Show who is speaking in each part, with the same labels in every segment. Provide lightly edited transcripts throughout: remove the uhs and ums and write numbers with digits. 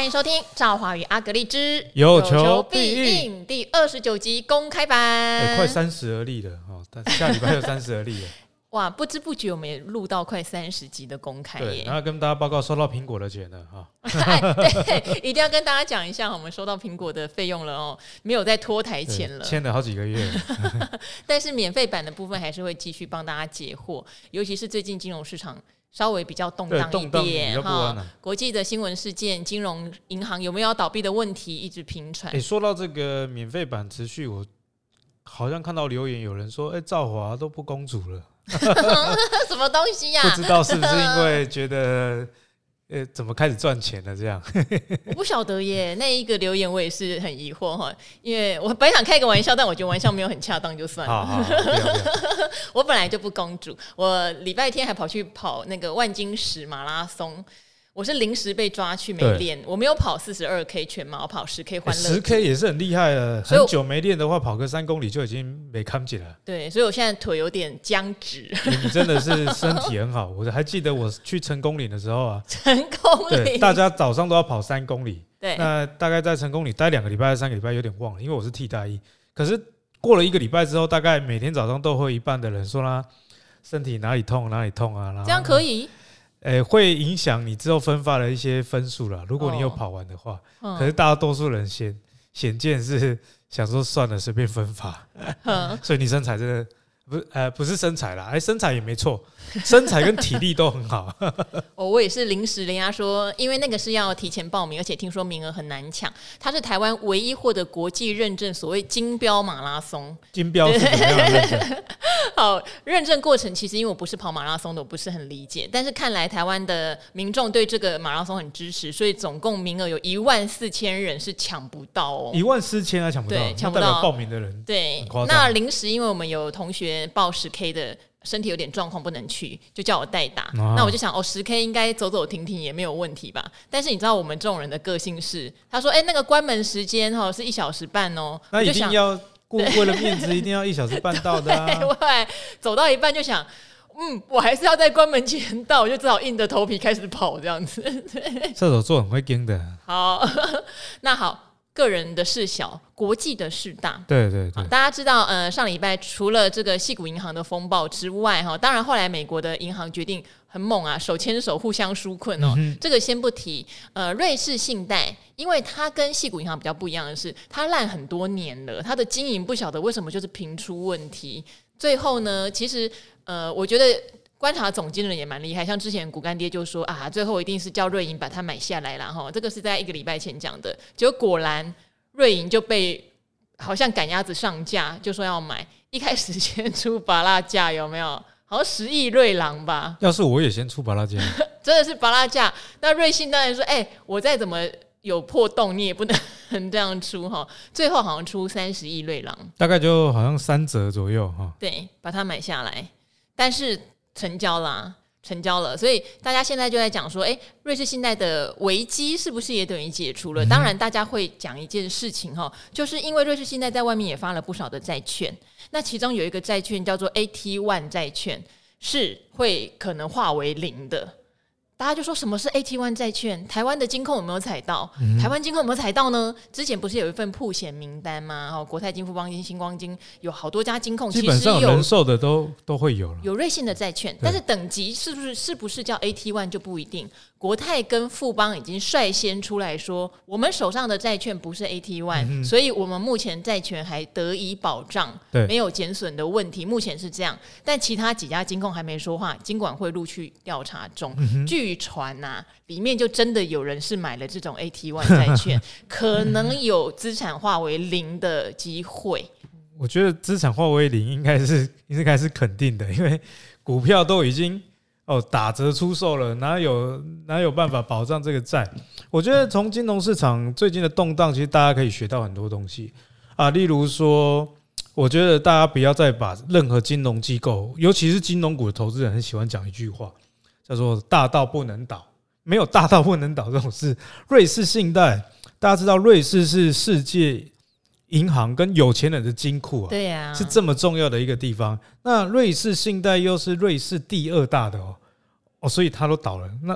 Speaker 1: 欢迎收听赵华与阿格丽之
Speaker 2: 有求必应
Speaker 1: 第29集公开版，
Speaker 2: 快30而立了但下礼拜又30而立了。
Speaker 1: 哇，不知不觉我们也录到快30集的公开耶。
Speaker 2: 对，然后跟大家报告收到苹果的钱了
Speaker 1: 对，一定要跟大家讲一下，我们收到苹果的费用了哦，没有再拖台钱了，
Speaker 2: 签了好几个月了。
Speaker 1: 但是免费版的部分还是会继续帮大家解惑，尤其是最近金融市场稍微比较动荡一点国际的新闻事件、金融银行有没有要倒闭的问题一直频传。
Speaker 2: 说到这个免费版持续，我好像看到留言有人说赵华都不公主了。
Speaker 1: 什么东西呀？
Speaker 2: 不知道是不是因为觉得怎么开始赚钱了这样？
Speaker 1: 我不晓得耶，那一个留言我也是很疑惑哈，因为我本来想开个玩笑，但我觉得玩笑没有很恰当，就算了。
Speaker 2: 好不要
Speaker 1: 我本来就不公主，我礼拜天还跑去跑那个万金石马拉松。我是临时被抓去没练，我没有跑42K 全马，我跑10K 欢乐组。
Speaker 2: 10K 也是很厉害了，很久没练的话，跑个3公里就已经没看起了。
Speaker 1: 对，所以我现在腿有点僵直。
Speaker 2: 你真的是身体很好，我还记得我去成功岭的时候啊，
Speaker 1: 成功岭，
Speaker 2: 对，大家早上都要跑3公里，
Speaker 1: 对，
Speaker 2: 那大概在成功岭待2个礼拜还是3个礼拜，有点忘了，因为我是替代役。可是过了1个礼拜之后，大概每天早上都会一半的人说他身体哪里痛哪里痛啊，然后
Speaker 1: 这样可以。
Speaker 2: 会影响你之后分发的一些分数啦。如果你有跑完的话，可是大多数人显见是想说算了，随便分发。所以你身材真的不是身材啦，身材也没错，身材跟体力都很好。
Speaker 1: 我也是临时人家说，因为那个是要提前报名，而且听说名额很难抢。它是台湾唯一获得国际认证所谓金标马拉松。
Speaker 2: 金标是怎么样的认证？
Speaker 1: 好，认证过程其实因为我不是跑马拉松的，我不是很理解。但是看来台湾的民众对这个马拉松很支持，所以总共名额有14000人是抢不到哦。
Speaker 2: 14000还抢不到？
Speaker 1: 对，抢不到。
Speaker 2: 代表报名的人
Speaker 1: 对，那临时因为我们有同学报10K 的。身体有点状况不能去，就叫我代打。那我就想10K 应该走走停停也没有问题吧。但是你知道我们这种人的个性是，他说那个关门时间是1小时半哦，
Speaker 2: 那一定要为了面子一定要1小时半到的啊。
Speaker 1: 对，我走到一半就想我还是要在关门前到，我就只好硬着头皮开始跑这样子。
Speaker 2: 射手座很会跟的。
Speaker 1: 好，那好，个人的事小，国际的事大。
Speaker 2: 对对对，
Speaker 1: 大家知道，上礼拜除了这个矽谷银行的风暴之外，当然后来美国的银行决定很猛啊，手牵手互相纾困哦。这个先不提。瑞士信贷，因为它跟矽谷银行比较不一样的是，它烂很多年了，它的经营不晓得为什么就是频出问题。最后呢，其实我觉得。观察总经理也蛮厉害，像之前股干爹就说最后一定是叫瑞银把它买下来啦，这个是在1个礼拜前讲的，结果果然瑞银就被好像赶鸭子上架，就说要买，一开始先出芭乐价，有没有？好像10亿瑞郎吧。
Speaker 2: 要是我也先出芭乐价，
Speaker 1: 真的是芭乐价。那瑞信当然说，我再怎么有破洞，你也不能这样出最后好像出30亿瑞郎，
Speaker 2: 大概就好像3折左右
Speaker 1: 对，把它买下来，但是。成交了，所以大家现在就在讲说，瑞士信贷的危机是不是也等于解除了？当然，大家会讲一件事情就是因为瑞士信贷在外面也发了不少的债券，那其中有一个债券叫做 AT1 债券，是会可能化为0的。大家就说什么是 AT1 债券？台湾的金控有没有踩到？台湾金控有没有踩到呢？之前不是有一份曝险名单吗？国泰金、富邦金、星光金，有好多家金控，
Speaker 2: 基本上人寿的都会有了，
Speaker 1: 有瑞信的债券，但是等级是不是叫 AT1 就不一定。国泰跟富邦已经率先出来说，我们手上的债券不是 AT1，所以我们目前债权还得以保障，没有减损的问题，目前是这样。但其他几家金控还没说话，金管会陆续调查中。据传里面就真的有人是买了这种 AT1 债券，可能有资产化为0的机会。
Speaker 2: 我觉得资产化为0应该是肯定的，因为股票都已经打折出售了，哪有办法保障这个债？我觉得从金融市场最近的动荡，其实大家可以学到很多东西例如说，我觉得大家不要再把任何金融机构，尤其是金融股的投资人，很喜欢讲一句话，叫做"大到不能倒"，没有大到不能倒这种事。瑞士信贷，大家知道，瑞士是世界银行跟有钱人的金库
Speaker 1: 对啊，
Speaker 2: 是这么重要的一个地方。那瑞士信贷又是瑞士第2大的所以它都倒了。那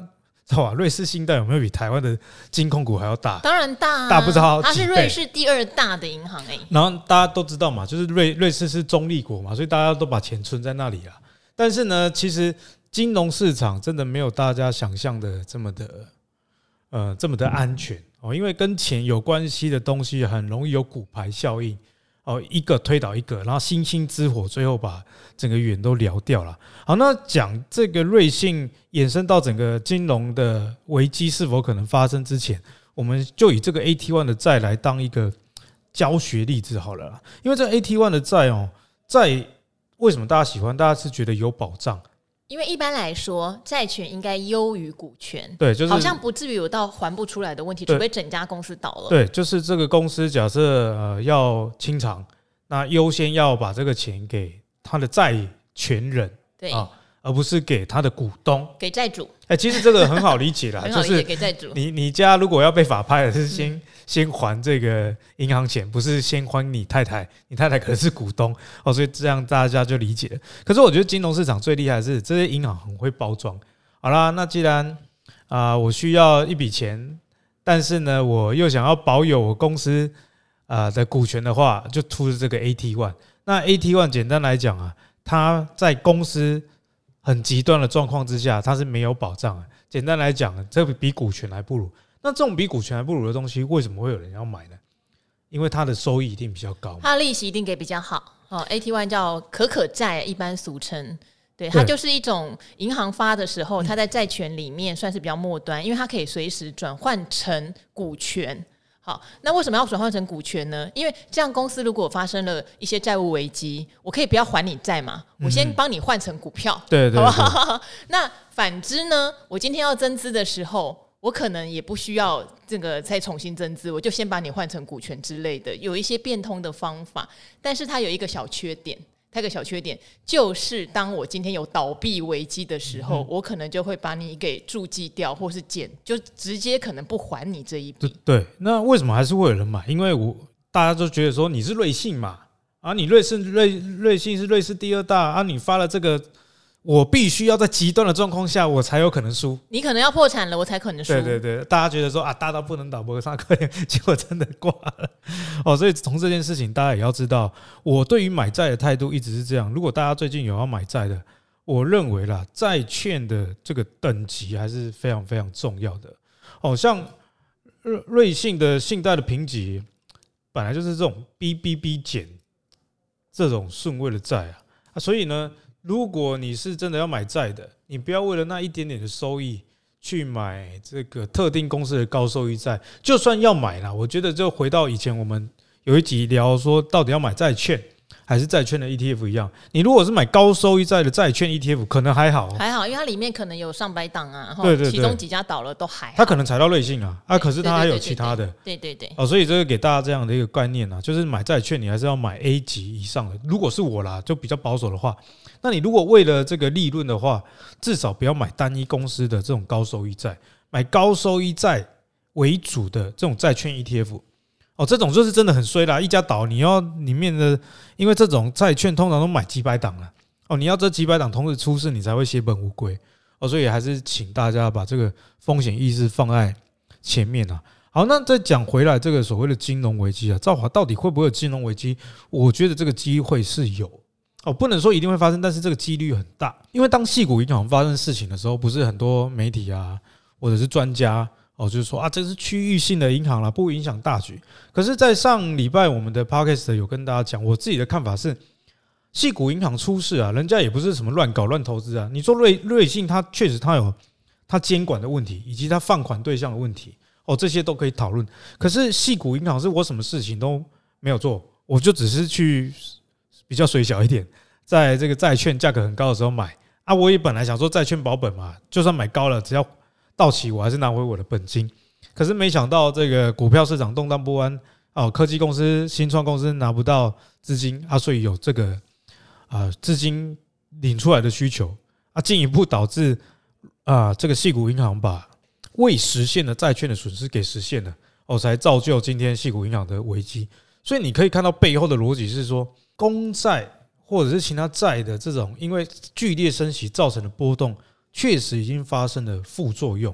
Speaker 2: 知道吧？瑞士信贷有没有比台湾的金控股还要大？
Speaker 1: 当然大、啊，
Speaker 2: 大不知道
Speaker 1: 它是瑞士第2大的银行
Speaker 2: 然后大家都知道嘛，就是瑞士是中立国嘛，所以大家都把钱存在那里啦。但是呢，其实金融市场真的没有大家想象的这么的安全哦，因为跟钱有关系的东西很容易有骨牌效应哦，一个推倒一个，然后星星之火最后把整个远都燎掉了。好，那讲这个瑞信衍生到整个金融的危机是否可能发生之前，我们就以这个 AT1 的债来当一个教学例子好了啦。因为这 AT1 的债哦，债为什么大家喜欢？大家是觉得有保障。
Speaker 1: 因为一般来说，债权应该优于股权，
Speaker 2: 对，就是
Speaker 1: 好像不至于有到还不出来的问题，除非整家公司倒了。
Speaker 2: 对，就是这个公司假设要清偿，那优先要把这个钱给他的债权人，
Speaker 1: 对
Speaker 2: 啊，而不是给他的股东，
Speaker 1: 给债主。
Speaker 2: 其实这个很好理解啦，
Speaker 1: 很好理解，给债主。
Speaker 2: 你家如果要被法拍了，是先还这个银行钱，不是先还你太太，你太太可能是股东哦，所以这样大家就理解了。可是我觉得金融市场最厉害的是这些银行很会包装。好啦，那既然我需要一笔钱，但是呢我又想要保有我公司的股权的话，就出了这个 AT1。那 AT1 简单来讲啊，它在公司很极端的状况之下，它是没有保障的。简单来讲，这比股权还不如。那这种比股权还不如的东西，为什么会有人要买呢？因为它的收益一定比较高，
Speaker 1: 它的利息一定给比较好。AT1 叫可债，一般俗称。对，它就是一种银行发的时候，它在债权里面算是比较末端，因为它可以随时转换成股权。好，那为什么要转换成股权呢？因为这样公司如果发生了一些债务危机，我可以不要还你债嘛，我先帮你换成股票，
Speaker 2: 对对对，
Speaker 1: 好不好？那反之呢，我今天要增资的时候，我可能也不需要这个再重新增资，我就先把你换成股权之类的，有一些变通的方法。但是它有一个小缺点，就是当我今天有倒闭危机的时候，我可能就会把你给注记掉，或是就直接可能不还你这一笔。
Speaker 2: 对，那为什么还是会有人买？因为大家都觉得说你是瑞信嘛，你瑞信是瑞士第2大你发了这个，我必须要在极端的状况下我才有可能输，
Speaker 1: 你可能要破产了我才可能输。
Speaker 2: 对对对，大家觉得说大到不能倒，不上可怜，结果真的挂了所以从这件事情大家也要知道，我对于买债的态度一直是这样。如果大家最近有要买债的，我认为啦，债券的这个等级还是非常非常重要的像瑞信的信贷的评级本来就是这种 BBB 减这种顺位的债所以呢，如果你是真的要买债的，你不要为了那一点点的收益去买这个特定公司的高收益债。就算要买啦，我觉得就回到以前我们有一集聊说，到底要买债券还是债券的 ETF 一样。你如果是买高收益债的债券 ETF， 可能还好，
Speaker 1: 因为它里面可能有上百档
Speaker 2: 对对对，
Speaker 1: 其中几家倒了都还好。
Speaker 2: 它可能踩到瑞信可是它还有其他的，
Speaker 1: 对对对。
Speaker 2: 所以这个给大家这样的一个概念就是买债券你还是要买 A 级以上的。如果是我啦，就比较保守的话，那你如果为了这个利润的话，至少不要买单一公司的这种高收益债，买高收益债为主的这种债券 ETF。这种就是真的很衰啦！一家倒，你要里面的，因为这种债券通常都买几百档了你要这几百档同时出事，你才会血本无归所以还是请大家把这个风险意识放在前面好，那再讲回来，这个所谓的金融危机兆华到底会不会有金融危机？我觉得这个机会是有不能说一定会发生，但是这个几率很大。因为当矽谷银行发生事情的时候，不是很多媒体或者是专家就是说这是区域性的银行啦，不影响大局。可是在上礼拜我们的 Podcast 有跟大家讲，我自己的看法是，矽谷银行出事人家也不是什么乱搞乱投资你说瑞信它确实它有它监管的问题，以及它放款对象的问题这些都可以讨论。可是矽谷银行是我什么事情都没有做，我就只是去比较水小一点，在这个债券价格很高的时候买我也本来想说债券保本嘛，就算买高了，只要到期我还是拿回我的本金。可是没想到这个股票市场动荡不安科技公司新创公司拿不到资金所以有这个资金领出来的需求进一步导致这个矽谷银行把未实现的债券的损失给实现了才造就今天矽谷银行的危机。所以你可以看到背后的逻辑是说，公债或者是其他债的这种因为剧烈升息造成的波动，确实已经发生了副作用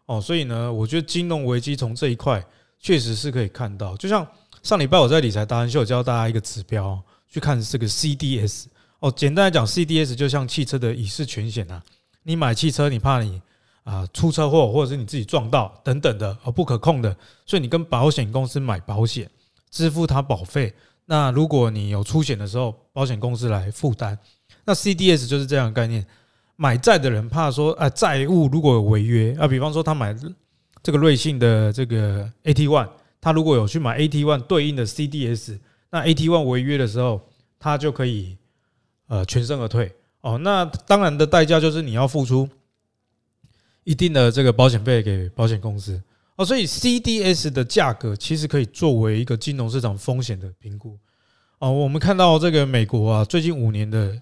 Speaker 2: 所以呢，我觉得金融危机从这一块确实是可以看到。就像上礼拜我在理财达人秀教大家一个指标，去看这个 CDS。简单来讲 ，CDS 就像汽车的乙式全险啊。你买汽车，你怕你出车祸，或者是你自己撞到等等的不可控的，所以你跟保险公司买保险，支付它保费。那如果你有出险的时候，保险公司来负担。那 CDS 就是这样的概念。买债的人怕说债务如果有违约比方说他买这个瑞信的这个 AT1， 他如果有去买 AT1 对应的 CDS， 那 AT1 违约的时候，他就可以全身而退那当然的代价就是你要付出一定的这个保险费给保险公司所以 CDS 的价格其实可以作为一个金融市场风险的评估我们看到这个美国最近5年的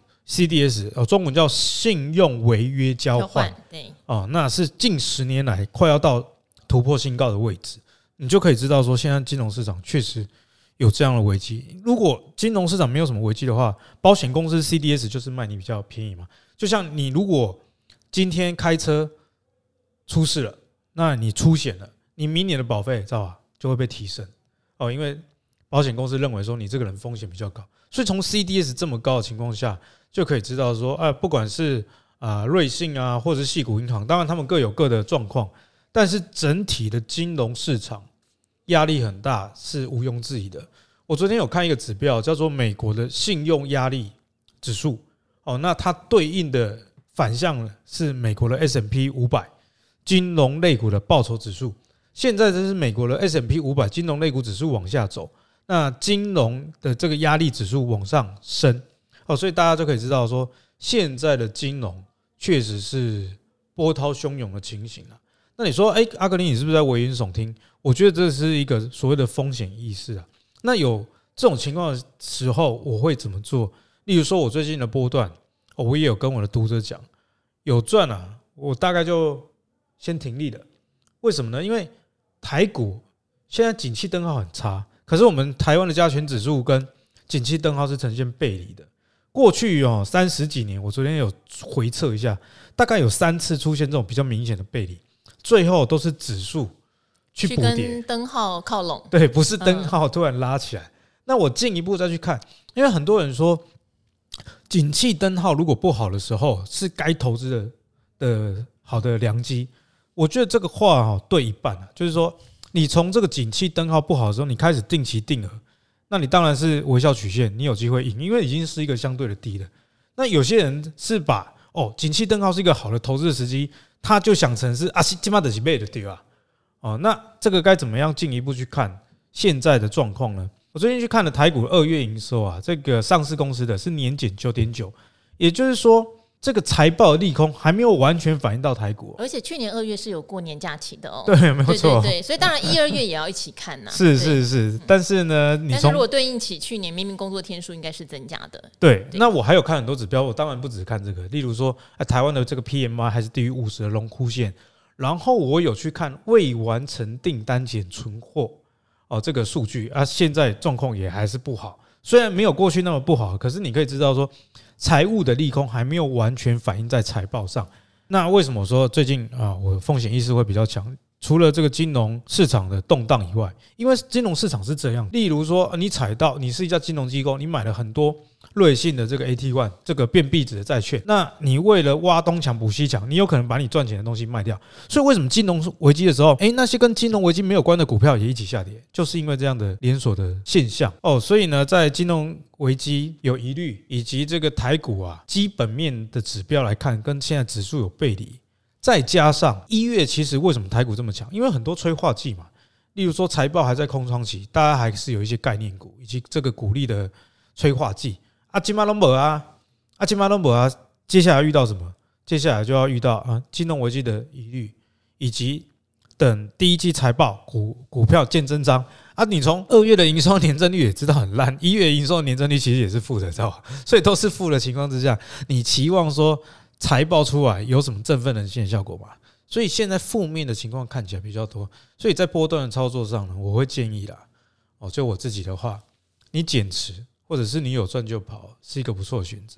Speaker 2: CDS 中文叫信用违约交换
Speaker 1: 对
Speaker 2: 那是近10年来快要到突破新高的位置，你就可以知道说现在金融市场确实有这样的危机。如果金融市场没有什么危机的话，保险公司 CDS 就是卖你比较便宜嘛。就像你如果今天开车出事了，那你出险了，你明年的保费知道吧就会被提升因为保险公司认为说你这个人风险比较高，所以从 CDS 这么高的情况下，就可以知道说不管是瑞信或者是矽谷银行，当然他们各有各的状况，但是整体的金融市场压力很大是毋庸置疑的。我昨天有看一个指标叫做美国的信用压力指数那它对应的反向是美国的 S&P 500金融类股的报酬指数。现在这是美国的 S&P 500金融类股指数往下走，那金融的这个压力指数往上升所以大家就可以知道说现在的金融确实是波涛汹涌的情形那你说阿格林你是不是在危言耸听？我觉得这是一个所谓的风险意识那有这种情况的时候我会怎么做？例如说我最近的波段我也有跟我的读者讲，有赚我大概就先停利了。为什么呢？因为台股现在景气灯号很差，可是我们台湾的加权指数跟景气灯号是呈现背离的。过去30几年，我昨天有回测一下，大概有3次出现这种比较明显的背离，最后都是指数去补跌，
Speaker 1: 跟灯号靠拢。
Speaker 2: 对，不是灯号突然拉起来。那我进一步再去看，因为很多人说景气灯号如果不好的时候是该投资的好的良机。我觉得这个话对一半就是说你从这个景气灯号不好的时候，你开始定期定额，那你当然是微笑曲线，你有机会赢，因为已经是一个相对的低了。那有些人是把景气灯号是一个好的投资的时机，他就想成是现在就是买的对吧？那这个该怎么样进一步去看现在的状况呢？我最近去看了台股2月营收这个上市公司的是年减 9.9%， 也就是说这个财报的利空还没有完全反映到台股
Speaker 1: 而且去年2月是有过年假期的
Speaker 2: 对，没有错，
Speaker 1: 对，所以当然1、2月也要一起看
Speaker 2: 是，但是呢，但是
Speaker 1: 如果对应起去年明明工作天数应该是增加的。
Speaker 2: 对，那我还有看很多指标，我当然不只看这个，例如说台湾的这个 PMI 还是低于50的荣枯线，然后我有去看未完成订单减存货这个数据现在状况也还是不好，虽然没有过去那么不好，可是你可以知道说财务的利空还没有完全反映在财报上。那为什么说最近我风险意识会比较强？除了这个金融市场的动荡以外，因为金融市场是这样，例如说你踩到你是一家金融机构，你买了很多瑞信的这个 AT1 这个变币值的债券，那你为了挖东墙补西墙，你有可能把你赚钱的东西卖掉。所以为什么金融危机的时候那些跟金融危机没有关的股票也一起下跌，就是因为这样的连锁的现象所以呢，在金融危机有疑虑以及这个台股基本面的指标来看，跟现在指数有背离，再加上1月其实为什么台股这么强？因为很多催化剂嘛，例如说财报还在空窗期，大家还是有一些概念股以及这个股利的催化剂现在都没现在都没接下来遇到什么？接下来就要遇到金融危机的疑虑，以及等第一季财报股票见真章你从2月的营收年增率也知道很烂，1月营收年增率其实也是负的，知道吧？所以都是负的情况之下，你期望说财报出来有什么振奋人心的效果吗？所以现在负面的情况看起来比较多，所以在波段的操作上呢，我会建议啦就我自己的话，你减持或者是你有赚就跑是一个不错的选择。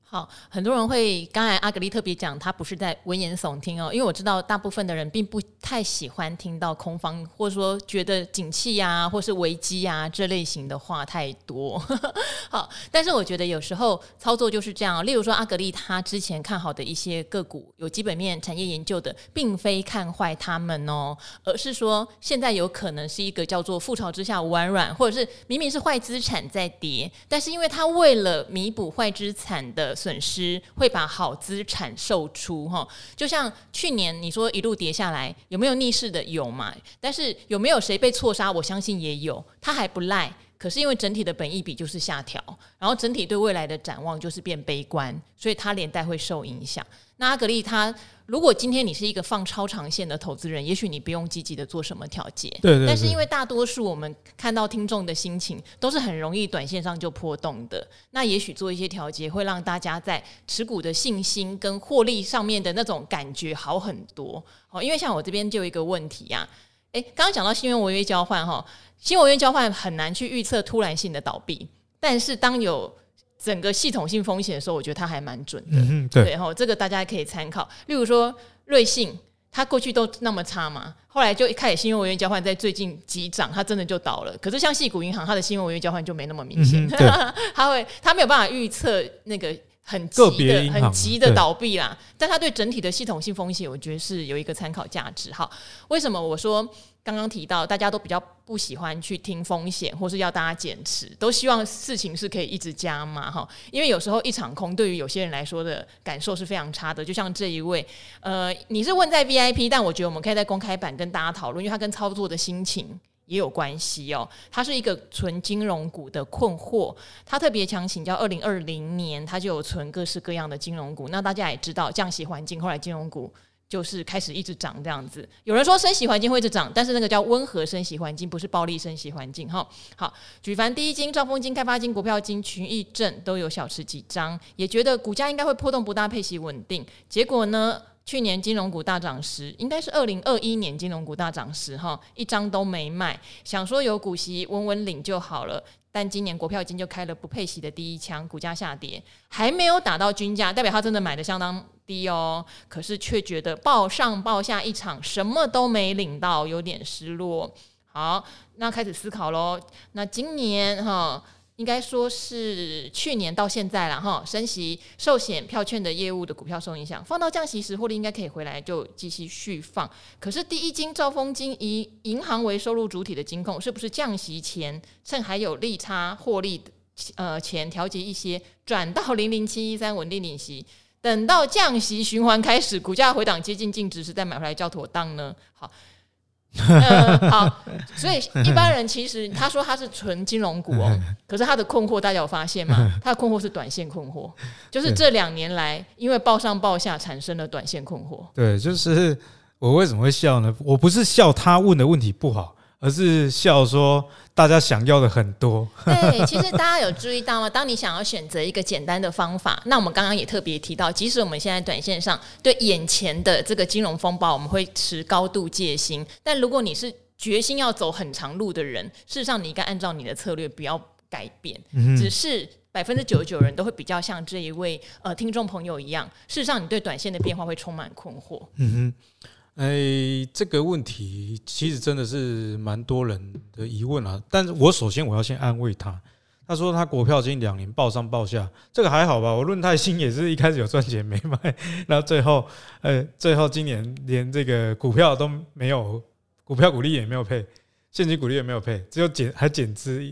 Speaker 1: 好，很多人会刚才阿格丽特别讲，他不是在危言耸听哦，因为我知道大部分的人并不太喜欢听到空方或者说觉得景气啊或是危机啊这类型的话太多。好，但是我觉得有时候操作就是这样，例如说阿格丽他之前看好的一些个股有基本面产业研究的，并非看坏他们哦，而是说现在有可能是一个叫做覆巢之下无完卵，或者是明明是坏资产在跌，但是因为他为了弥补坏资产的损失，会把好资产售出。就像去年你说一路跌下来，有没有逆势的？有嘛，但是有没有谁被错杀？我相信也有，他还不赖。可是因为整体的本益比就是下调，然后整体对未来的展望就是变悲观，所以它连带会受影响。那阿格丽他如果今天你是一个放超长线的投资人，也许你不用积极的做什么调节，
Speaker 2: 对，
Speaker 1: 但是因为大多数我们看到听众的心情都是很容易短线上就波动的，那也许做一些调节会让大家在持股的信心跟获利上面的那种感觉好很多。因为像我这边就有一个问题啊，刚刚讲到新闻违约交换，新闻违约交换很难去预测突然性的倒闭，但是当有整个系统性风险的时候，我觉得它还蛮准的。对，这个大家可以参考。例如说瑞信，它过去都那么差嘛，后来就一开始新闻违约交换，在最近急涨，它真的就倒了。可是像矽谷银行，它的新闻违约交换就没那么明显，它没有办法预测那个很急的倒闭啦，但它对整体的系统性风险，我觉得是有一个参考价值。好，为什么我说刚刚提到大家都比较不喜欢去听风险，或是要大家减持，都希望事情是可以一直加嘛？因为有时候一场空对于有些人来说的感受是非常差的。就像这一位，你是问在 VIP， 但我觉得我们可以在公开版跟大家讨论，因为他跟操作的心情也有关系哦。他是一个纯金融股的困惑，他特别强请教2020年他就有存各式各样的金融股。那大家也知道降息环境，后来金融股就是开始一直涨这样子。有人说升息环境会一直涨，但是那个叫温和升息环境，不是暴力升息环境。好，举凡第一金、兆丰金、开发金、国票金、群益证都有小持几张，也觉得股价应该会波动不大，配息稳定。结果呢，去年金融股大涨时，应该是2021年金融股大涨时，一张都没卖，想说有股息稳稳领就好了。但今年国票金就开了不配息的第一枪，股价下跌，还没有打到均价，代表他真的买的相当低哦。可是却觉得报上报下一场，什么都没领到，有点失落。好，那开始思考咯。那今年应该说是去年到现在啦，升息、寿险、票券的业务的股票受影响，放到降息时获利应该可以回来，就继续续放。可是第一金、兆丰金以银行为收入主体的金控，是不是降息前趁还有利差获利前调节一些，转到00713稳定领息，等到降息循环开始，股价回档接近净值时再买回来较妥当呢？好。好，所以一般人其实他说他是纯金融股哦，可是他的困惑大家有发现吗？他的困惑是短线困惑，就是这2年来因为报上报下产生了短线困惑。
Speaker 2: 对，就是我为什么会笑呢？我不是笑他问的问题不好，而是笑说大家想要的很多。
Speaker 1: 对，其实大家有注意到吗？当你想要选择一个简单的方法，那我们刚刚也特别提到，即使我们现在短线上对眼前的这个金融风暴我们会持高度戒心，但如果你是决心要走很长路的人，事实上你应该按照你的策略不要改变，只是99%人都会比较像这一位听众朋友一样，事实上你对短线的变化会充满困惑。
Speaker 2: 这个问题其实真的是蛮多人的疑问啊。但是我首先要先安慰他，他说他国票金2年报上报下，这个还好吧？我润泰新也是一开始有赚钱没卖，然后最后今年连这个股票都没有，股票股利也没有配，现金股利也没有配，只有减资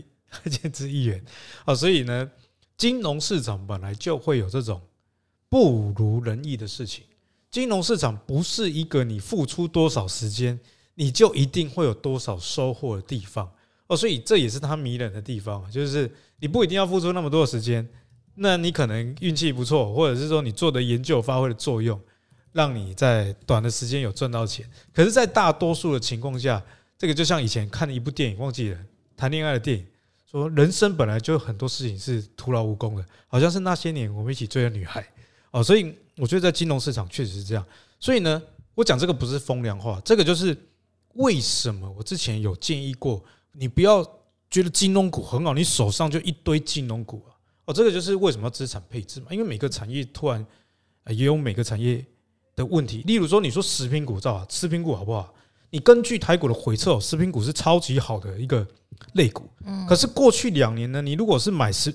Speaker 2: 1元。所以呢，金融市场本来就会有这种不如人意的事情。金融市场不是一个你付出多少时间你就一定会有多少收获的地方所以这也是它迷人的地方，就是你不一定要付出那么多的时间，那你可能运气不错，或者是说你做的研究发挥的作用，让你在短的时间有赚到钱。可是在大多数的情况下，这个就像以前看一部电影，忘记了谈恋爱的电影，说人生本来就有很多事情是徒劳无功的，好像是那些年我们一起追的女孩所以我觉得在金融市场确实是这样。所以呢，我讲这个不是风凉话，这个就是为什么我之前有建议过，你不要觉得金融股很好，你手上就一堆金融股这个就是为什么要资产配置嘛，因为每个产业突然也有每个产业的问题。例如说，你说食品股造食品股好不好？你根据台股的回测，食品股是超级好的一个类股。可是过去2年呢，你如果是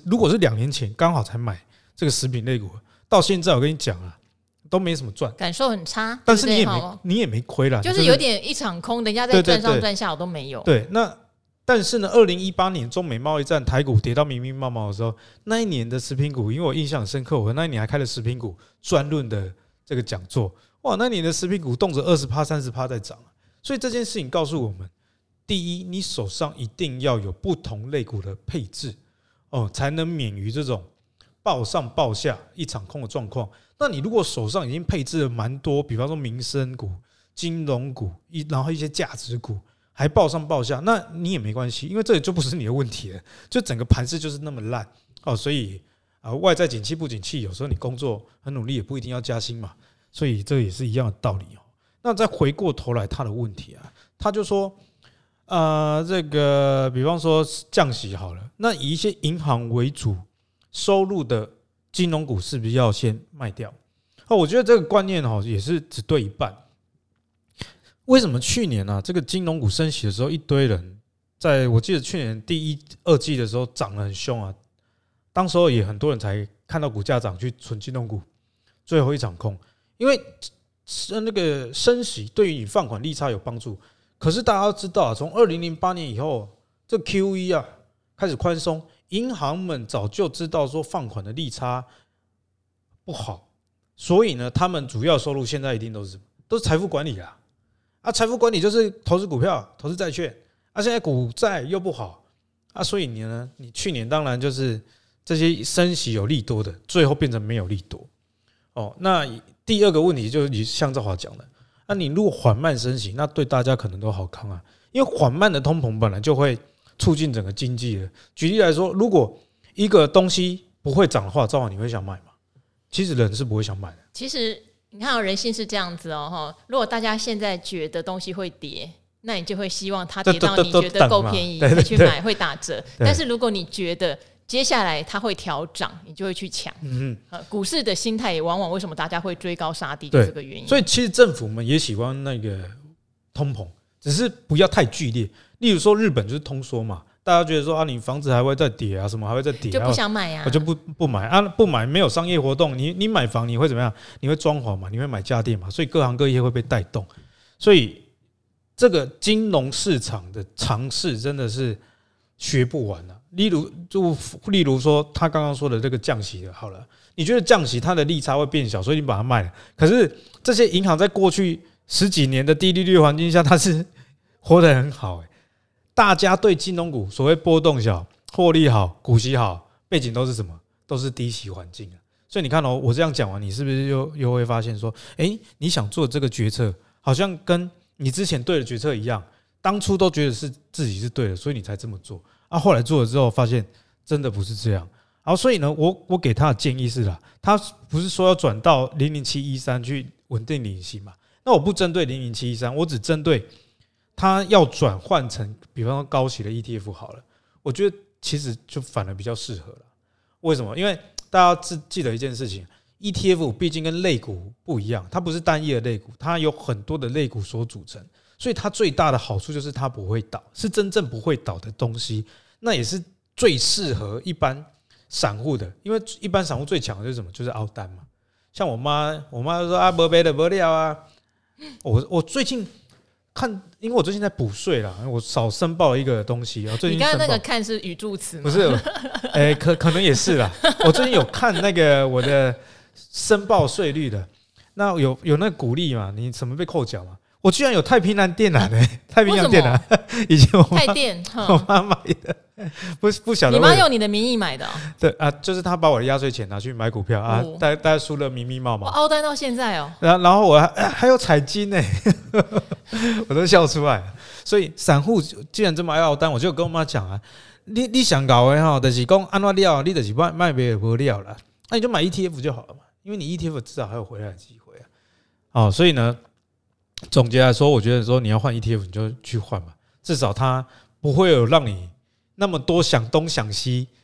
Speaker 2: 2年前刚好才买这个食品类股，到现在我跟你讲啊，都没什么赚，
Speaker 1: 感受很差。
Speaker 2: 但是你也没亏啦，
Speaker 1: 就是有点一场空，人家在赚上赚下，我都没有。
Speaker 2: 对，但是呢，2018年中美贸易战，台股跌到密密麻麻的时候，那一年的食品股，因为我印象很深刻，我那一年还开了食品股专论的这个讲座，哇，那年的食品股动辄20%、30%在涨。所以这件事情告诉我们，第一，你手上一定要有不同类股的配置才能免于这种抱上抱下一场空的状况。那你如果手上已经配置了蛮多，比方说民生股、金融股，然后一些价值股，还抱上抱下，那你也没关系，因为这就不是你的问题了，就整个盘势就是那么烂所以外在景气不景气，有时候你工作很努力也不一定要加薪嘛，所以这也是一样的道理那再回过头来他的问题他就说这个比方说降息好了，那以一些银行为主收入的金融股是不是要先卖掉我觉得这个观念也是只对一半。为什么去年这个金融股升息的时候，一堆人在我记得去年第1、2季的时候涨得很凶当时候也很多人才看到股价涨去存金融股，最后一场空，因为那个升息对于你放款利差有帮助，可是大家都知道从2008年以后，这 QE 开始宽松，银行们早就知道说放款的利差不好，所以呢，他们主要收入现在一定都是财富管理财富管理就是投资股票、投资债券现在股债又不好所以你去年当然就是这些升息有利多的，最后变成没有利多那第二个问题就是像兆华讲的你如果缓慢升息，那对大家可能都好康因为缓慢的通膨本来就会促进整个经济的。举例来说，如果一个东西不会涨的话，兆华你会想买吗？其实人是不会想买的。
Speaker 1: 其实你看人性是这样子如果大家现在觉得东西会跌，那你就会希望它跌到你觉得够便宜再去买，会打折。但是如果你觉得接下来它会调涨，你就会去抢。股市的心态也往往为什么大家会追高杀低，就这个原因。
Speaker 2: 所以其实政府们也喜欢那个通膨，只是不要太剧烈。例如说日本就是通缩嘛，大家觉得说你房子还会再跌什么还会再跌，
Speaker 1: 就不想买
Speaker 2: 我就不买不买没有商业活动，你买房你会怎么样？你会装潢嘛，你会买家电嘛，所以各行各业会被带动。所以这个金融市场的常识真的是学不完例如说他刚刚说的这个降息好了，你觉得降息它的利差会变小，所以你把它卖了。可是这些银行在过去10几年的低利率环境下，它是活得很好大家对金融股所谓波动小、获利好、股息好，背景都是什么？都是低息环境所以你看我这样讲完，你是不是又会发现说，你想做这个决策，好像跟你之前对的决策一样，当初都觉得是自己是对的，所以你才这么做后来做了之后发现真的不是这样。所以呢，我给他的建议是他不是说要转到00713去稳定领息嘛？那我不针对00713，我只针对他要转换成比方说高息的 ETF 好了，我觉得其实就反而比较适合了。为什么？因为大家记得一件事情， ETF 毕竟跟类股不一样，它不是单一的类股，它有很多的类股所组成，所以它最大的好处就是它不会倒，是真正不会倒的东西。那也是最适合一般散户的，因为一般散户最强的就是什么？就是凹单嘛。像我妈说啊，没背的没料啊。我最近看，因为我最近在补税啦，我少申报一个东西。最近
Speaker 1: 你刚刚那个看是语助词吗？
Speaker 2: 不是，可能也是啦。我最近有看那个我的申报税率的，那有那个鼓励嘛？你什么被扣缴嘛？我居然有太平洋电缆太平洋电缆，以前我妈买的，不晓得
Speaker 1: 你妈用你的名义买的
Speaker 2: 对啊，就是她把我的压岁钱拿去买股票啊，大家输了密密麻麻，
Speaker 1: 凹单到现在哦。
Speaker 2: 然后我还有彩金我都笑出来了。所以散户既然这么爱凹单，我就跟我妈讲啊，你想搞的就是讲安怎料，你就是卖别不料了，那你就买 ETF 就好了嘛，因为你 ETF 至少还有回来的机会啊。所以呢，总结来说，我觉得说你要换 ETF 你就去换嘛，至少它不会有让你那么多想东想西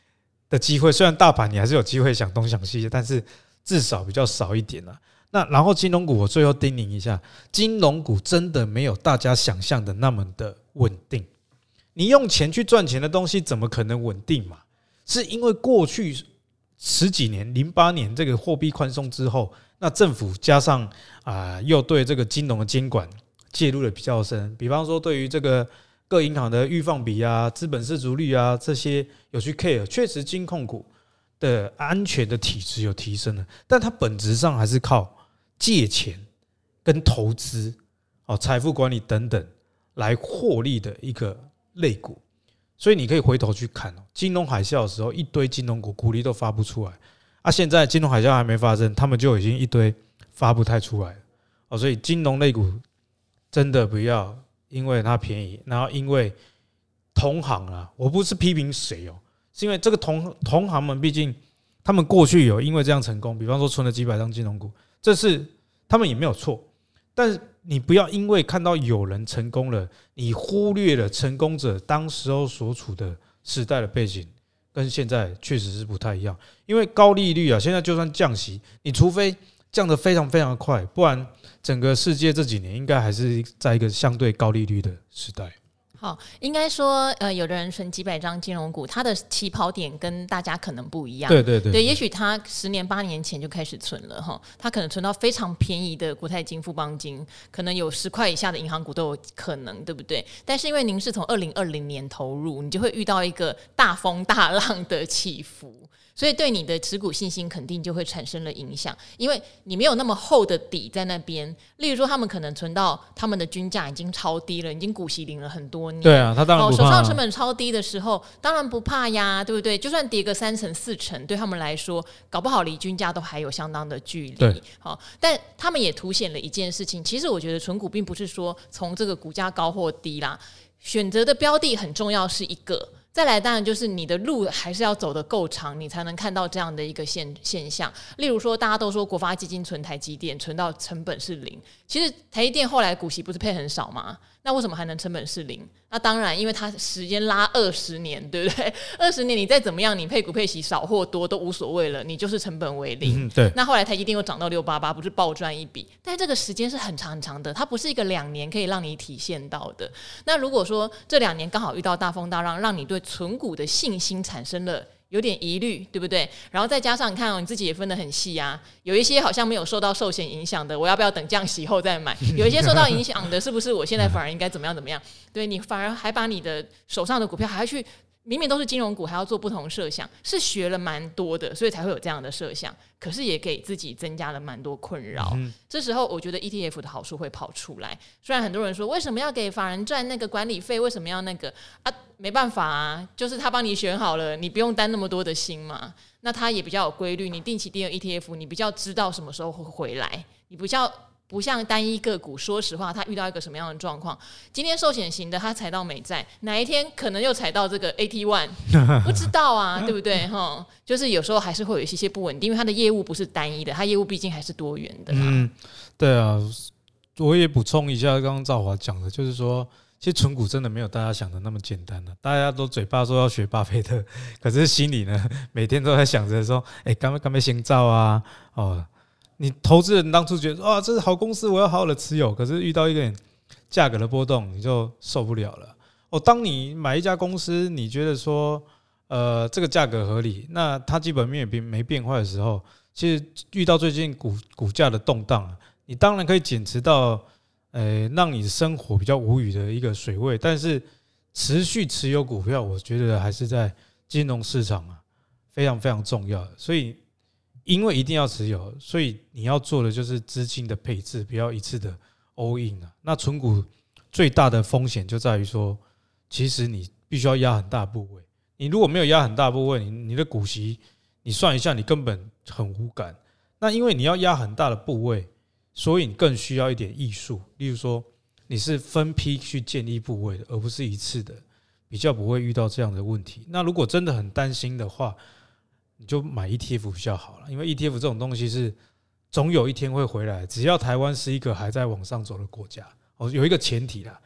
Speaker 2: 的机会，虽然大盘你还是有机会想东想西，但是至少比较少一点了。那然后金融股，我最后叮咛一下，金融股真的没有大家想象的那么的稳定。你用钱去赚钱的东西，怎么可能稳定嘛？是因为过去10几年，08年这个货币宽松之后，那政府加上又对这个金融的监管介入的比较深，比方说对于这个各银行的预放比啊、资本适足率啊这些有去 care， 确实金控股的安全的体质有提升了，但它本质上还是靠借钱跟投资、财富管理等等来获利的一个类股。所以你可以回头去看金融海啸的时候，一堆金融股股利都发不出来现在金融海啸还没发生，他们就已经一堆发不太出来了所以金融类股真的不要因为它便宜，然后因为同行我不是批评谁是因为这个同行们毕竟他们过去有因为这样成功，比方说存了几百张金融股，这是他们也没有错，但是你不要因为看到有人成功了，你忽略了成功者当时候所处的时代的背景跟现在确实是不太一样。因为高利率现在就算降息，你除非降得非常非常快，不然整个世界这几年应该还是在一个相对高利率的时代。
Speaker 1: 好，应该说，有的人存几百张金融股，他的起跑点跟大家可能不一样。对，也许他10年8年前就开始存了哈，他可能存到非常便宜的国泰金、富邦金，可能有10块以下的银行股都有可能，对不对？但是因为您是从2020年投入，你就会遇到一个大风大浪的起伏。所以对你的持股信心肯定就会产生了影响，因为你没有那么厚的底在那边。例如说，他们可能存到他们的均价已经超低了，已经股息领了很多年。
Speaker 2: 对啊，他当然不怕
Speaker 1: 手上成本超低的时候，当然不怕呀，对不对？就算跌个3成4成，对他们来说，搞不好离均价都还有相当的距离。好，但他们也凸显了一件事情，其实我觉得存股并不是说从这个股价高或低啦，选择的标的很重要是一个。再来当然就是你的路还是要走得够长，你才能看到这样的一个现象。例如说大家都说国发基金存台积电存到成本是0，其实台积电后来股息不是配很少吗？那为什么还能成本是0？那当然因为它时间拉20年，对不对？20年你再怎么样，你配股配息少或多都无所谓了，你就是成本为0。
Speaker 2: 对。
Speaker 1: 那后来台积电又涨到688，不是暴赚一笔？但这个时间是很长很长的，它不是一个2年可以让你体现到的。那如果说这2年刚好遇到大风大浪，让你对存股的信心产生了有点疑虑，对不对？然后再加上你看你自己也分得很细有一些好像没有受到寿险影响的，我要不要等降息后再买？有一些受到影响的，是不是我现在反而应该怎么样怎么样？对，你反而还把你的手上的股票还要去，明明都是金融股，还要做不同设想，是学了蛮多的，所以才会有这样的设想。可是也给自己增加了蛮多困扰。这时候我觉得 ETF 的好处会跑出来。虽然很多人说为什么要给法人赚那个管理费，为什么要那个没办法就是他帮你选好了，你不用担那么多的心嘛。那他也比较有规律，你定期定额 ETF， 你比较知道什么时候会回来，你比较不像单一个股，说实话，它遇到一个什么样的状况？今天寿险型的它踩到美债，哪一天可能又踩到这个 AT1， 不知道对不对？就是有时候还是会有一些不稳定，因为它的业务不是单一的，它业务毕竟还是多元的。
Speaker 2: 对啊，我也补充一下，刚刚兆华讲的，就是说，其实存股真的没有大家想的那么简单大家都嘴巴说要学巴菲特，可是心里呢，每天都在想着说，干嘛先造你投资人当初觉得这是好公司，我要好好的持有，可是遇到一点价格的波动，你就受不了了。当你买一家公司，你觉得说这个价格合理，那它基本面也没变坏的时候，其实遇到最近股价的动荡，你当然可以减持到让你生活比较无语的一个水位，但是持续持有股票，我觉得还是在金融市场非常非常重要的。所以因为一定要持有，所以你要做的就是资金的配置，不要一次的 all in 那存股最大的风险就在于说，其实你必须要压很大部位。你如果没有压很大部位，你的股息你算一下，你根本很无感。那因为你要压很大的部位，所以你更需要一点艺术。例如说，你是分批去建立部位的，而不是一次的，比较不会遇到这样的问题。那如果真的很担心的话，你就买 ETF 比较好了，因为 ETF 这种东西是总有一天会回来，只要台湾是一个还在往上走的国家。有一个前提啦，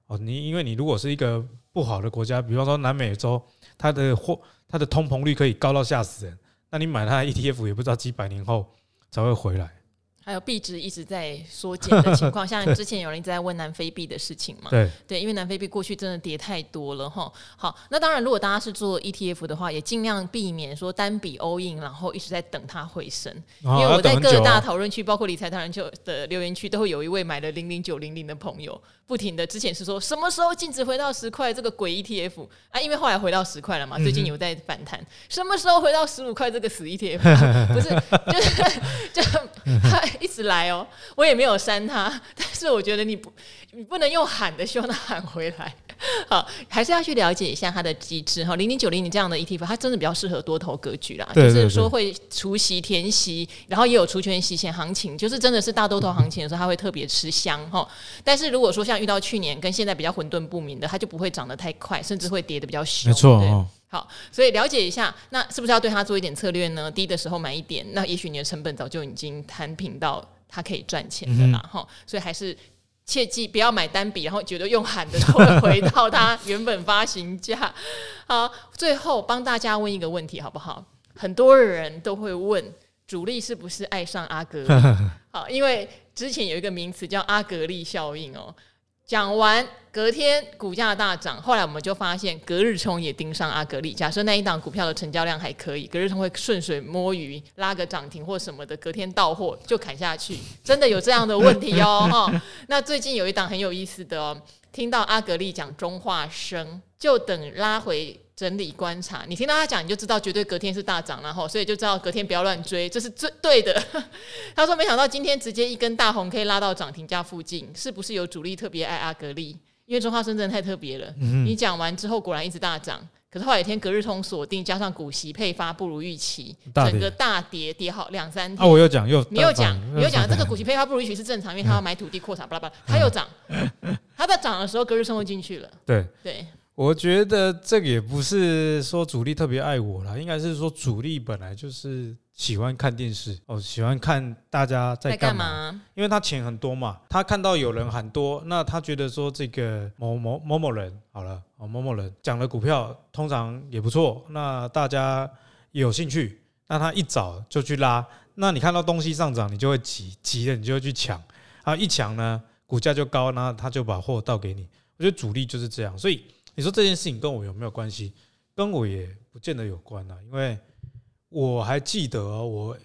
Speaker 2: 因为你如果是一个不好的国家，比方说南美洲，它的通膨率可以高到吓死人，那你买它的 ETF 也不知道几百年后才会回来。
Speaker 1: 还有币值一直在缩减的情况，像之前有人一直在问南非币的事情嘛，对，因为南非币过去真的跌太多了哈。好，那当然，如果大家是做 ETF 的话，也尽量避免说单笔 all in， 然后一直在等它回升，因为我在各大讨论区，包括理财达人秀的留言区，都会有一位买了00900的朋友，不停的之前是说什么时候净值回到10块这个鬼 ETF 啊，因为后来回到10块了嘛，最近有在反弹，什么时候回到15块这个死 ETF， 不是就一直来哦，我也没有删他，但是我觉得你不能用喊的，希望他喊回来。好，还是要去了解一下它的机制哈。0090这样的 ETF， 它真的比较适合多头格局啦，
Speaker 2: 对对对，
Speaker 1: 就是说会除息填息，然后也有除权息前行情，就是真的是大多头行情的时候，它会特别吃香哈。但是如果说像遇到去年跟现在比较混沌不明的，它就不会涨得太快，甚至会跌得比较凶。
Speaker 2: 没错哦。
Speaker 1: 好，所以了解一下，那是不是要对它做一点策略呢？低的时候买一点，那也许你的成本早就已经摊平到它可以赚钱的啦，所以还是切记不要买单笔，然后觉得用喊的都会回到它原本发行价。好，最后帮大家问一个问题好不好？很多人都会问，主力是不是爱上阿格力？好，因为之前有一个名词叫阿格力效应哦。讲完隔天股价大涨，后来我们就发现隔日冲也盯上阿格力。假设那一档股票的成交量还可以，隔日冲会顺水摸鱼拉个涨停或什么的，隔天到货就砍下去，真的有这样的问题哦。那最近有一档很有意思的哦，听到阿格力讲中化生，就等拉回整理观察，你听到他讲你就知道绝对隔天是大涨，然后所以就知道隔天不要乱追，这是最对的。他说没想到今天直接一根大红 K 拉到涨停价附近，是不是有主力特别爱阿格力？因为中化生真的太特别了，你讲完之后果然一直大涨，可是后来有一天隔日冲锁定，加上股息配发不如预期，整个大跌好2-3天。
Speaker 2: 我有讲
Speaker 1: 你有讲这个股息配发不如预期是正常，因为他要买土地扩产，巴拉巴拉，他又涨，他在涨的时候隔日冲就进去了。对。
Speaker 2: 我觉得这个也不是说主力特别爱我啦，应该是说主力本来就是喜欢看电视喜欢看大家在干嘛，因为他钱很多嘛，他看到有人喊多，那他觉得说这个某人好了某某人讲的股票通常也不错，那大家也有兴趣，那他一早就去拉，那你看到东西上涨，你就会急了，你就会去抢啊，一抢呢股价就高，那他就把货倒给你。我觉得主力就是这样，所以你说这件事情跟我有没有关系？跟我也不见得有关因为我还记得我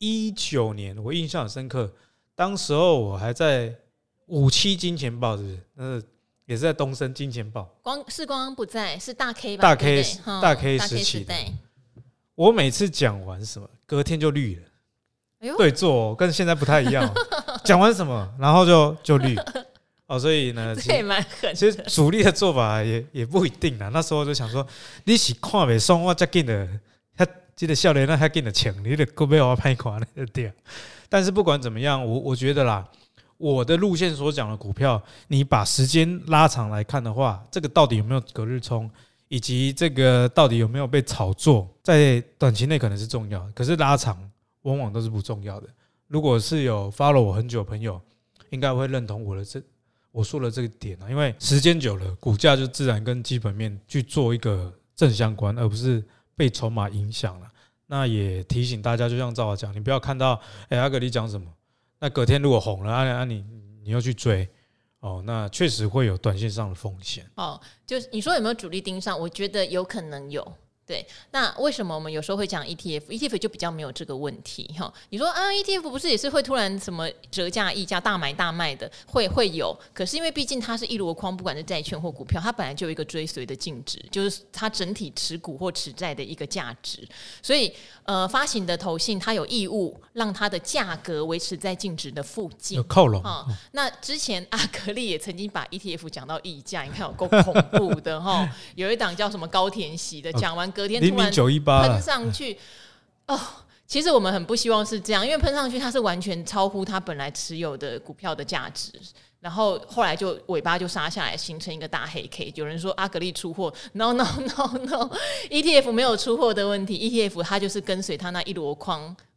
Speaker 2: 19年，我印象很深刻，当时候我还在57金钱豹，是不是？也是在东森金钱豹。
Speaker 1: 世光不在，是大 K 吧？
Speaker 2: 大 K 时期的。我每次讲完什么，隔天就绿了。对做跟现在不太一样讲完什么，然后就绿。所以呢，
Speaker 1: 这也蛮狠的。
Speaker 2: 其实主力的做法也不一定啦。那时候就想说，你是看不爽我这紧的，他这个少年那还紧的抢，你得够被我拍垮那对。但是不管怎么样，我觉得啦，我的路线所讲的股票，你把时间拉长来看的话，这个到底有没有隔日冲，以及这个到底有没有被炒作，在短期内可能是重要的，可是拉长往往都是不重要的。如果是有 follow 我很久的朋友，应该会认同我说的这个点因为时间久了，股价就自然跟基本面去做一个正相关，而不是被筹码影响了。那也提醒大家，就像赵华讲，你不要看到阿格力讲什么，那隔天如果红了，你又去追那确实会有短线上的风险。
Speaker 1: 就是你说有没有主力盯上？我觉得有可能有。对，那为什么我们有时候会讲 ETF 就比较没有这个问题你说ETF 不是也是会突然什么折价溢价大买大卖的，会有，可是因为毕竟它是一箩筐，不管是债券或股票，它本来就有一个追随的净值，就是它整体持股或持债的一个价值，所以发行的投信它有义务让它的价格维持在净值的附近，
Speaker 2: 有靠拢
Speaker 1: 那之前阿格力也曾经把 ETF 讲到溢价，你看有够恐怖的有一档叫什么高田息的，讲完隔天突然喷上去其实我们很不希望是这样，因为喷上去它是完全超乎它本来持有的股票的价值，然后后来就尾巴就杀下来，形成一个大黑 K。有人说阿格力出货 ，no ETF 没有出货的问题，ETF 它就是跟随它那一箩筐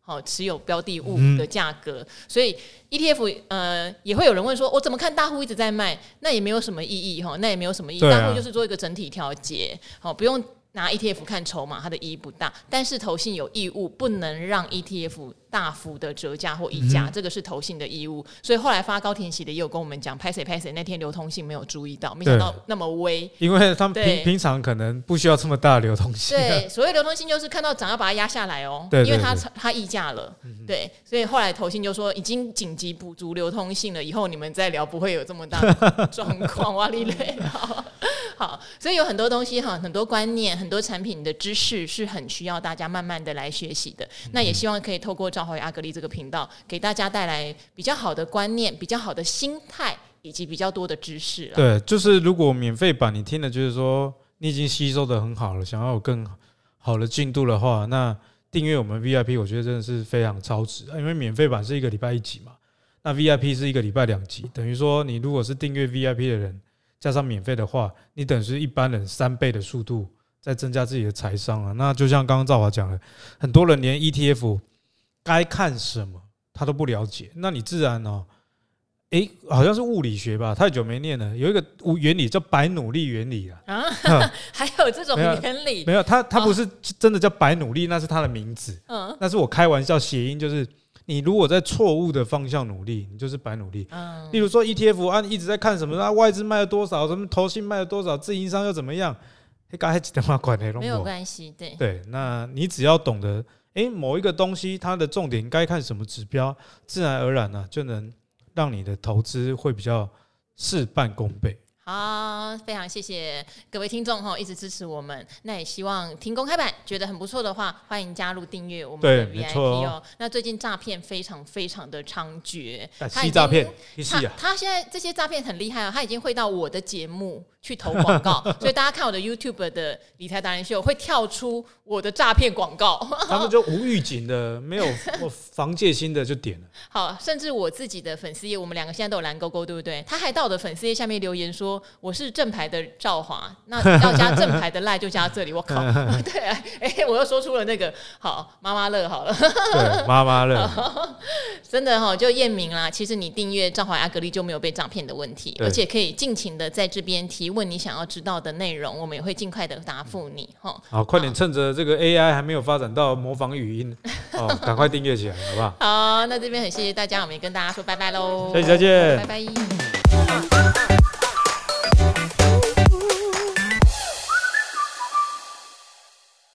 Speaker 1: 持有标的物的价格，所以 ETF 也会有人问说，我怎么看大户一直在卖，那也没有什么意义那也没有什么意义，大户就是做一个整体调节，不用拿 ETF 看筹码，它的意义不大，但是投信有义务不能让 ETF 大幅的折价或溢价，这个是投信的义务。所以后来发高填息的也有跟我们讲，拍谁那天流通性没有注意到，没想到那么微，
Speaker 2: 因为他们平常可能不需要这么大的流通性。
Speaker 1: 对，所谓流通性就是看到涨要把它压下来
Speaker 2: 对，
Speaker 1: 因为它溢价了，对，所以后来投信就说已经紧急补足流通性了，以后你们再聊不会有这么大的状况，哇哩嘞。好，所以有很多东西很多观念、很多产品的知识是很需要大家慢慢的来学习的。那也希望可以透过赵华与阿格丽这个频道，给大家带来比较好的观念、比较好的心态，以及比较多的知识啦。
Speaker 2: 对，就是如果免费版你听了就是说你已经吸收的很好了，想要有更好的进度的话，那订阅我们 VIP 我觉得真的是非常超值，因为免费版是1个礼拜1集嘛，那 VIP 是1个礼拜2集，等于说你如果是订阅 VIP 的人加上免费的话，你等于是一般人3倍的速度在增加自己的财商啊。那就像刚刚赵华讲的，很多人连 ETF 该看什么他都不了解，那你自然好像是物理学吧，太久没念了，有一个原理叫白努力原理啊，
Speaker 1: 还有这种原理？
Speaker 2: 没有，它不是真的叫白努力，那是它的名字，那是我开玩笑谐音，就是你如果在错误的方向努力，你就是白努力。例如说 ETF 你一直在看什么外资卖了多少，什么投信卖了多少，自营商又怎么样，没
Speaker 1: 有关系，
Speaker 2: 对，那你只要懂得某一个东西它的重点该看什么指标，自然而然就能让你的投资会比较事半功倍。
Speaker 1: 好，非常谢谢各位听众一直支持我们。那也希望听公开版觉得很不错的话，欢迎加入订阅我们的 VIP 那最近诈骗非常非常的猖獗，
Speaker 2: 吸诈骗，
Speaker 1: 他现在这些诈骗很厉害他已经会到我的节目去投广告，所以大家看我的 YouTube 的理财达人秀会跳出我的诈骗广告，
Speaker 2: 他们就无预警的，没有防戒心的就点了。
Speaker 1: 好，甚至我自己的粉丝页，我们2个现在都有蓝勾勾，对不对？他还到我的粉丝页下面留言说我是正牌的赵华，那要加正牌的赖就加这里。我靠，对，我又说出了那个好妈妈乐好了，
Speaker 2: 对，妈妈乐，
Speaker 1: 真的就验明啦。其实你订阅赵华阿格丽就没有被诈骗的问题，而且可以尽情的在这边提问你想要知道的内容，我们也会尽快的答复你。
Speaker 2: 好，快点趁着这个 AI 还没有发展到模仿语音，赶快订阅起来，好不好？
Speaker 1: 好，那这边很谢谢大家，我们也跟大家说拜拜喽，
Speaker 2: 下期再见，
Speaker 1: 拜拜。